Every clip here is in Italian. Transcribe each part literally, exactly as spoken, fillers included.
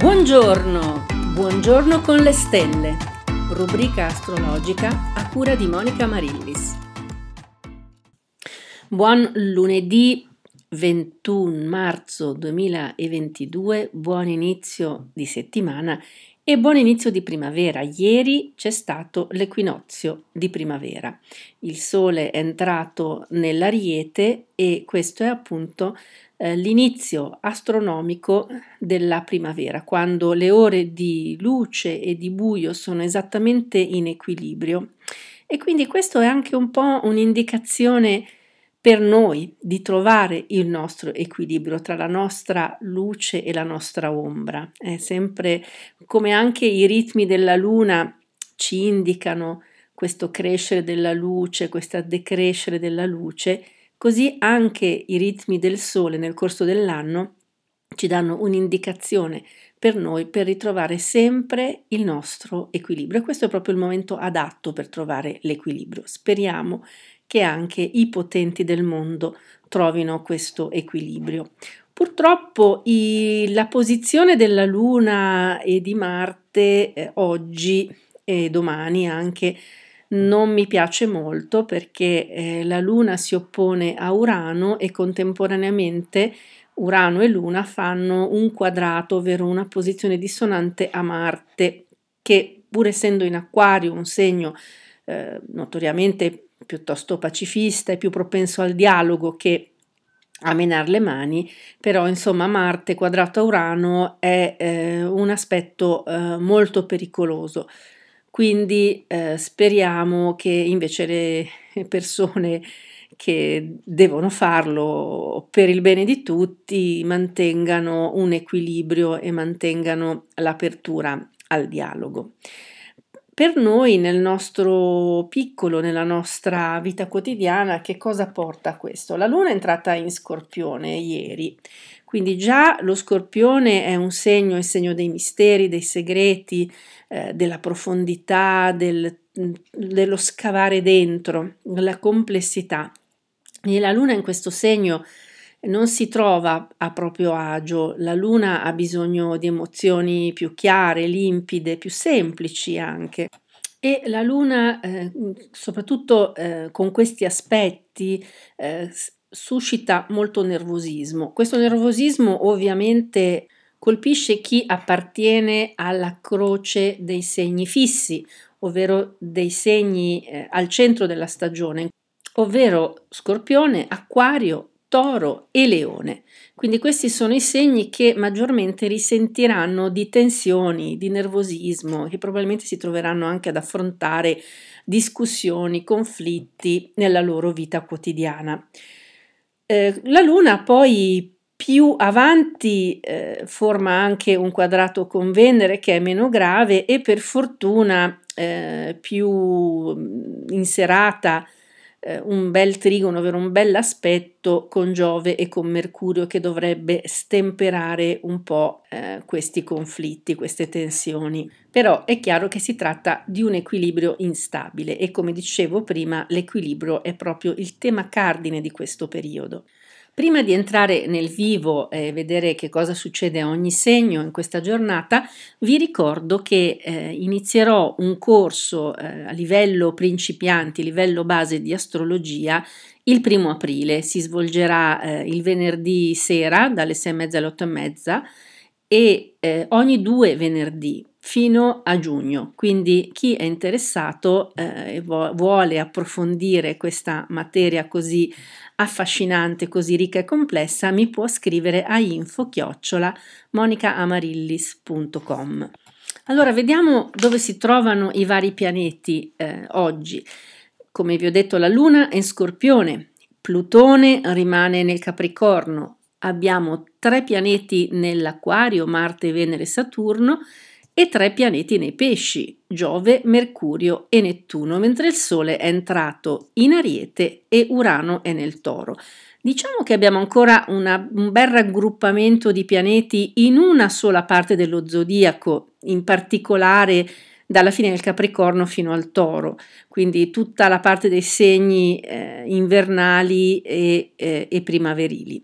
Buongiorno, buongiorno con le stelle, rubrica astrologica a cura di Monica Marillis. Buon lunedì ventuno marzo duemilaventidue, buon inizio di settimana e buon inizio di primavera. Ieri c'è stato l'equinozio di primavera. Il sole è entrato nell'Ariete e questo è appunto eh, l'inizio astronomico della primavera, quando le ore di luce e di buio sono esattamente in equilibrio. E quindi questo è anche un po' un'indicazione per noi di trovare il nostro equilibrio tra la nostra luce e la nostra ombra. È sempre come anche i ritmi della luna ci indicano questo crescere della luce, questo decrescere della luce, così anche i ritmi del sole nel corso dell'anno ci danno un'indicazione per noi per ritrovare sempre il nostro equilibrio. E questo è proprio il momento adatto per trovare l'equilibrio. Speriamo che anche i potenti del mondo trovino questo equilibrio. Purtroppo i, la posizione della Luna e di Marte eh, oggi e domani anche non mi piace molto perché eh, la Luna si oppone a Urano e contemporaneamente Urano e Luna fanno un quadrato, ovvero una posizione dissonante a Marte, che pur essendo in Acquario un segno eh, notoriamente piuttosto pacifista e più propenso al dialogo che a menare le mani, però insomma Marte quadrato a Urano è eh, un aspetto eh, molto pericoloso, quindi eh, speriamo che invece le persone che devono farlo per il bene di tutti mantengano un equilibrio e mantengano l'apertura al dialogo. Per noi nel nostro piccolo, nella nostra vita quotidiana, che cosa porta questo? La Luna è entrata in Scorpione ieri, quindi già lo Scorpione è un segno, è il segno dei misteri, dei segreti, eh, della profondità, del, dello scavare dentro, della complessità. E la Luna in questo segno non si trova a proprio agio, la Luna ha bisogno di emozioni più chiare, limpide, più semplici anche. E la Luna, eh, soprattutto eh, con questi aspetti, eh, suscita molto nervosismo. Questo nervosismo ovviamente colpisce chi appartiene alla croce dei segni fissi, ovvero dei segni eh, al centro della stagione, ovvero Scorpione, Acquario, Toro e Leone. Quindi questi sono i segni che maggiormente risentiranno di tensioni, di nervosismo, che probabilmente si troveranno anche ad affrontare discussioni, conflitti nella loro vita quotidiana. Eh, la Luna poi più avanti eh, forma anche un quadrato con Venere che è meno grave e per fortuna eh, più in serata un bel trigono, ovvero un bell'aspetto con Giove e con Mercurio che dovrebbe stemperare un po' eh, questi conflitti, queste tensioni. Però è chiaro che si tratta di un equilibrio instabile e come dicevo prima l'equilibrio è proprio il tema cardine di questo periodo. Prima di entrare nel vivo e vedere che cosa succede a ogni segno in questa giornata, vi ricordo che eh, inizierò un corso eh, a livello principianti, livello base di astrologia il primo aprile. Si svolgerà eh, il venerdì sera dalle sei e mezza alle otto e mezza e eh, ogni due venerdì fino a giugno, quindi chi è interessato e eh, vuole approfondire questa materia così affascinante, così ricca e complessa, mi può scrivere a info chiocciola monicamarillis punto com. Allora vediamo dove si trovano i vari pianeti eh, oggi. Come vi ho detto, la Luna è in Scorpione, Plutone rimane nel Capricorno, abbiamo tre pianeti nell'Acquario, Marte, Venere e Saturno, e tre pianeti nei pesci, Giove, Mercurio e Nettuno, mentre il Sole è entrato in Ariete e Urano è nel Toro. Diciamo che abbiamo ancora una, un bel raggruppamento di pianeti in una sola parte dello zodiaco, in particolare dalla fine del Capricorno fino al Toro, quindi tutta la parte dei segni eh, invernali e, eh, e primaverili.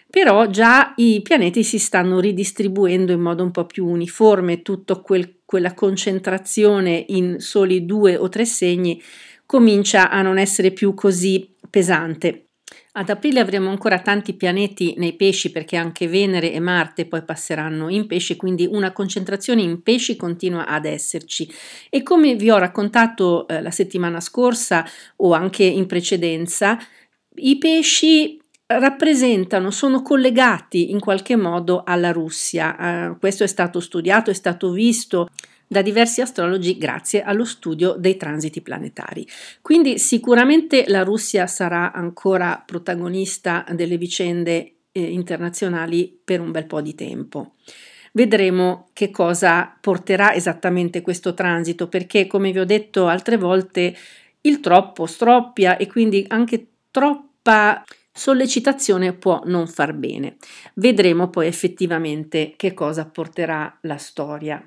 però già i pianeti si stanno ridistribuendo in modo un po' più uniforme, tutto quel, quella concentrazione in soli due o tre segni comincia a non essere più così pesante. Ad aprile avremo ancora tanti pianeti nei pesci perché anche Venere e Marte poi passeranno in pesci, quindi una concentrazione in pesci continua ad esserci. E come vi ho raccontato eh, la settimana scorsa o anche in precedenza, i pesci rappresentano, sono collegati in qualche modo alla Russia. Eh, questo è stato studiato, è stato visto da diversi astrologi grazie allo studio dei transiti planetari. Quindi sicuramente la Russia sarà ancora protagonista delle vicende eh, internazionali per un bel po' di tempo. Vedremo che cosa porterà esattamente questo transito, perché come vi ho detto altre volte il troppo stroppia e quindi anche troppa sollecitazione può non far bene. Vedremo poi effettivamente che cosa porterà la storia.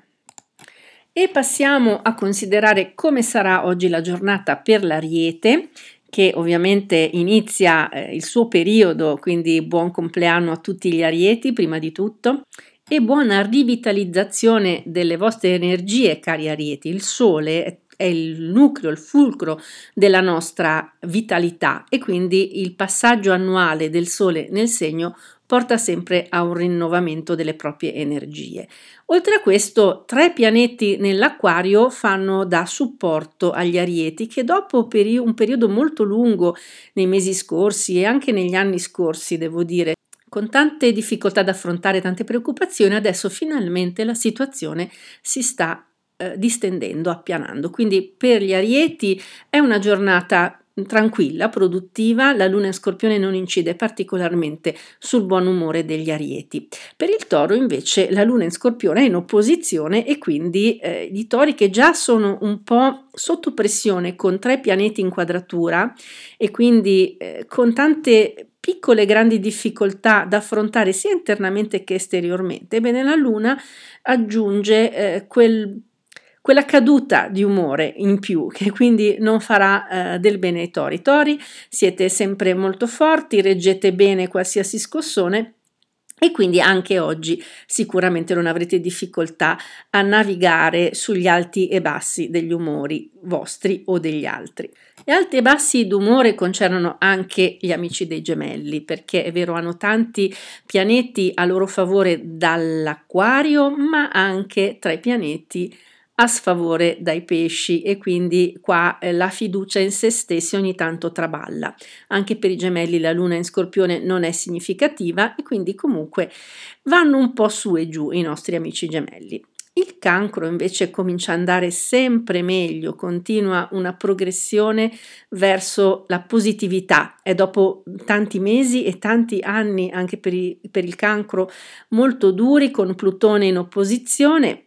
E passiamo a considerare come sarà oggi la giornata per l'Ariete, che ovviamente inizia eh, il suo periodo, quindi buon compleanno a tutti gli Arieti prima di tutto e buona rivitalizzazione delle vostre energie, cari Arieti. Il Sole è è il nucleo, il fulcro della nostra vitalità e quindi il passaggio annuale del Sole nel segno porta sempre a un rinnovamento delle proprie energie. Oltre a questo, tre pianeti nell'Acquario fanno da supporto agli Arieti che dopo peri- un periodo molto lungo nei mesi scorsi e anche negli anni scorsi, devo dire, con tante difficoltà da affrontare, tante preoccupazioni, adesso finalmente la situazione si sta eh, distendendo, appianando. Quindi per gli Arieti è una giornata tranquilla, produttiva, la luna in Scorpione non incide particolarmente sul buon umore degli Arieti. Per il Toro invece la luna in Scorpione è in opposizione e quindi eh, i Tori che già sono un po' sotto pressione con tre pianeti in quadratura e quindi eh, con tante piccole e grandi difficoltà da affrontare sia internamente che esteriormente, ebbene la luna aggiunge eh, quel quella caduta di umore in più che quindi non farà eh, del bene ai tori. Tori, siete sempre molto forti, reggete bene qualsiasi scossone e quindi anche oggi sicuramente non avrete difficoltà a navigare sugli alti e bassi degli umori vostri o degli altri. Gli alti e bassi d'umore concernono anche gli amici dei gemelli, perché è vero, hanno tanti pianeti a loro favore dall'Acquario, ma anche tra i pianeti a sfavore dai pesci e quindi qua eh, la fiducia in se stessi ogni tanto traballa. Anche per i gemelli la luna in Scorpione non è significativa e quindi comunque vanno un po' su e giù i nostri amici gemelli. Il Cancro invece comincia ad andare sempre meglio, continua una progressione verso la positività. È dopo tanti mesi e tanti anni anche per, i, per il Cancro molto duri con Plutone in opposizione.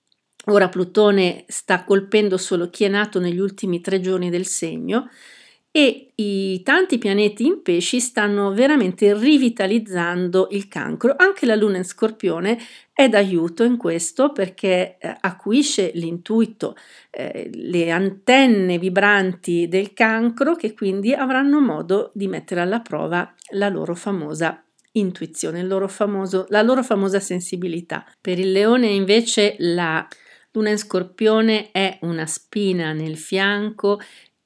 Ora Plutone sta colpendo solo chi è nato negli ultimi tre giorni del segno e i tanti pianeti in pesci stanno veramente rivitalizzando il Cancro. Anche la luna in Scorpione è d'aiuto in questo perché eh, acuisce l'intuito, eh, le antenne vibranti del Cancro che quindi avranno modo di mettere alla prova la loro famosa intuizione, il loro famoso, la loro famosa sensibilità. Per il Leone invece la luna in Scorpione è una spina nel fianco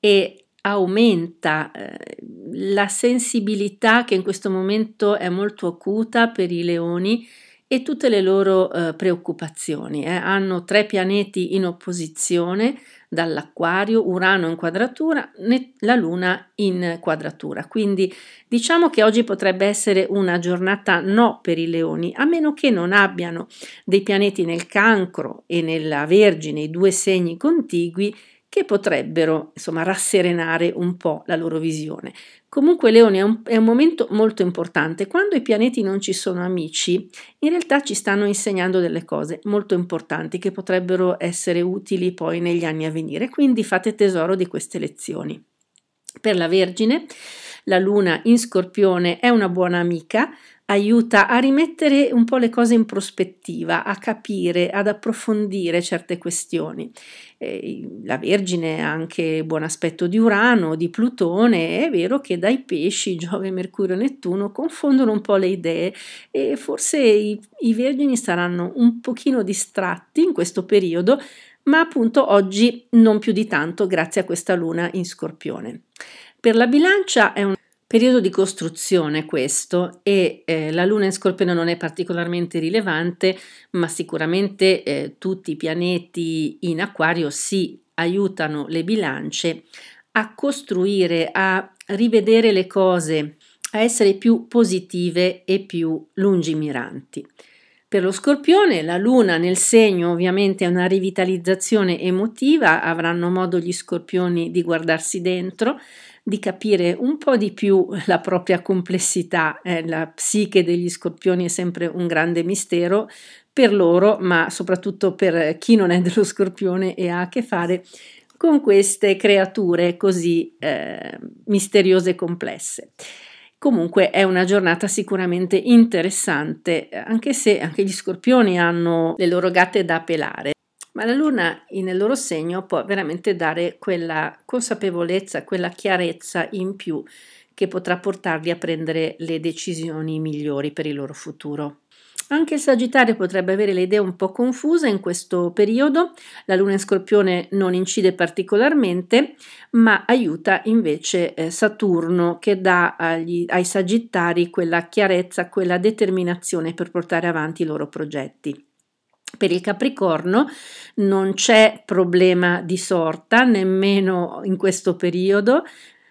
e aumenta eh, la sensibilità che in questo momento è molto acuta per i leoni e tutte le loro eh, preoccupazioni. Eh. Hanno tre pianeti in opposizione dall'Acquario, Urano in quadratura, la Luna in quadratura. Quindi diciamo che oggi potrebbe essere una giornata no per i leoni, a meno che non abbiano dei pianeti nel Cancro e nella Vergine, i due segni contigui, che potrebbero insomma rasserenare un po' la loro visione. Comunque Leone è un, è un momento molto importante. Quando i pianeti non ci sono amici, in realtà ci stanno insegnando delle cose molto importanti che potrebbero essere utili poi negli anni a venire, quindi fate tesoro di queste lezioni. Per la Vergine, la Luna in Scorpione è una buona amica, aiuta a rimettere un po' le cose in prospettiva, a capire, ad approfondire certe questioni. Eh, la Vergine ha anche buon aspetto di Urano, di Plutone, è vero che dai pesci Giove, Mercurio e Nettuno confondono un po' le idee e forse i, i Vergini saranno un pochino distratti in questo periodo, ma appunto oggi non più di tanto grazie a questa luna in Scorpione. Per la Bilancia è un periodo di costruzione questo e eh, la luna in Scorpione non è particolarmente rilevante, ma sicuramente eh, tutti i pianeti in Acquario si aiutano le bilance a costruire, a rivedere le cose, a essere più positive e più lungimiranti. Per lo Scorpione la luna nel segno ovviamente è una rivitalizzazione emotiva, avranno modo gli scorpioni di guardarsi dentro, di capire un po' di più la propria complessità. Eh, la psiche degli scorpioni è sempre un grande mistero per loro, ma soprattutto per chi non è dello Scorpione e ha a che fare con queste creature così eh, misteriose e complesse. Comunque è una giornata sicuramente interessante, anche se anche gli scorpioni hanno le loro gatte da pelare. Ma la luna nel loro segno può veramente dare quella consapevolezza, quella chiarezza in più che potrà portarli a prendere le decisioni migliori per il loro futuro. Anche il Sagittario potrebbe avere le idee un po' confuse in questo periodo, la luna in Scorpione non incide particolarmente, ma aiuta invece eh, Saturno che dà agli, ai Sagittari quella chiarezza, quella determinazione per portare avanti i loro progetti. Per il Capricorno non c'è problema di sorta nemmeno in questo periodo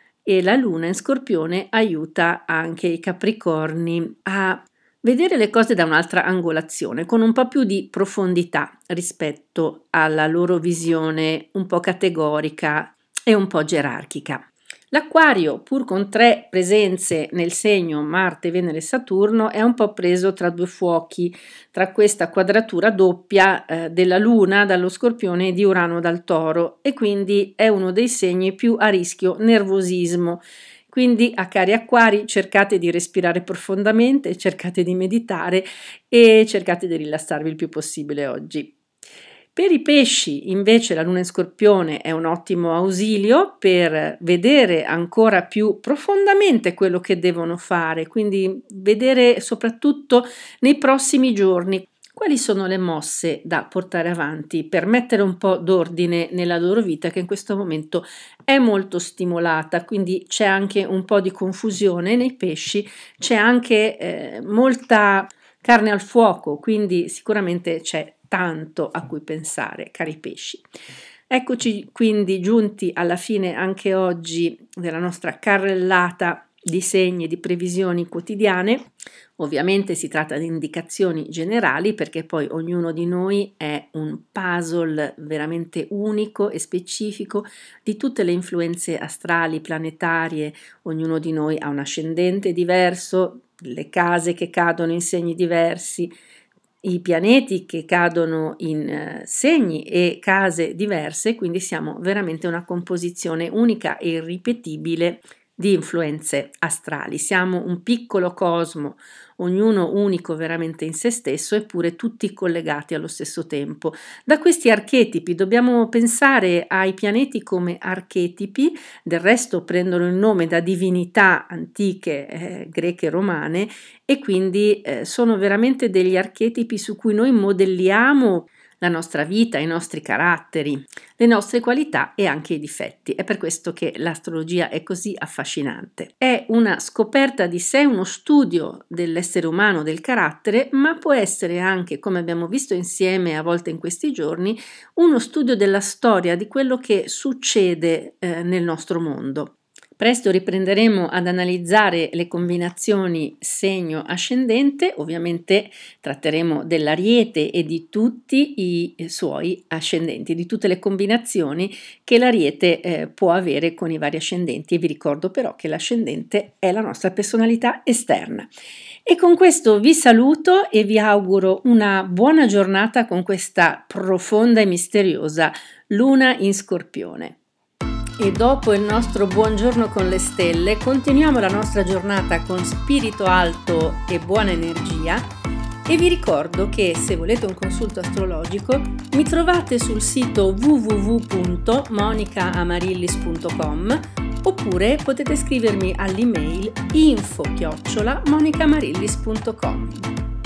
e la luna in Scorpione aiuta anche i Capricorni a vedere le cose da un'altra angolazione, con un po' più di profondità rispetto alla loro visione un po' categorica e un po' gerarchica. L'Acquario, pur con tre presenze nel segno Marte, Venere e Saturno, è un po' preso tra due fuochi, tra questa quadratura doppia eh, della Luna dallo Scorpione e di Urano dal Toro, e quindi è uno dei segni più a rischio nervosismo. Quindi, a cari acquari, cercate di respirare profondamente, cercate di meditare e cercate di rilassarvi il più possibile oggi. Per i pesci, invece, la luna in Scorpione è un ottimo ausilio per vedere ancora più profondamente quello che devono fare, quindi vedere soprattutto nei prossimi giorni quali sono le mosse da portare avanti per mettere un po' d'ordine nella loro vita che in questo momento è molto stimolata, quindi c'è anche un po' di confusione nei pesci, c'è anche eh, molta carne al fuoco, quindi sicuramente c'è tanto a cui pensare, cari pesci. Eccoci quindi giunti alla fine anche oggi della nostra carrellata di segni e di previsioni quotidiane. Ovviamente si tratta di indicazioni generali perché poi ognuno di noi è un puzzle veramente unico e specifico di tutte le influenze astrali, planetarie, ognuno di noi ha un ascendente diverso, le case che cadono in segni diversi, i pianeti che cadono in eh, segni e case diverse, quindi siamo veramente una composizione unica e irripetibile di influenze astrali. Siamo un piccolo cosmo, ognuno unico veramente in se stesso, eppure tutti collegati allo stesso tempo. Da questi archetipi dobbiamo pensare ai pianeti come archetipi, del resto prendono il nome da divinità antiche eh, greche e romane e quindi eh, sono veramente degli archetipi su cui noi modelliamo la nostra vita, i nostri caratteri, le nostre qualità e anche i difetti. È per questo che l'astrologia è così affascinante. È una scoperta di sé, uno studio dell'essere umano, del carattere, ma può essere anche, come abbiamo visto insieme a volte in questi giorni, uno studio della storia, di quello che succede eh, nel nostro mondo. Presto riprenderemo ad analizzare le combinazioni segno-ascendente, ovviamente tratteremo dell'Ariete e di tutti i suoi ascendenti, di tutte le combinazioni che l'Ariete eh, può avere con i vari ascendenti e vi ricordo però che l'ascendente è la nostra personalità esterna. E con questo vi saluto e vi auguro una buona giornata con questa profonda e misteriosa luna in Scorpione. E dopo il nostro buongiorno con le stelle, continuiamo la nostra giornata con spirito alto e buona energia e vi ricordo che se volete un consulto astrologico mi trovate sul sito w w w punto monica amarillis punto com oppure potete scrivermi all'email info chiocciola monica amarillis punto com.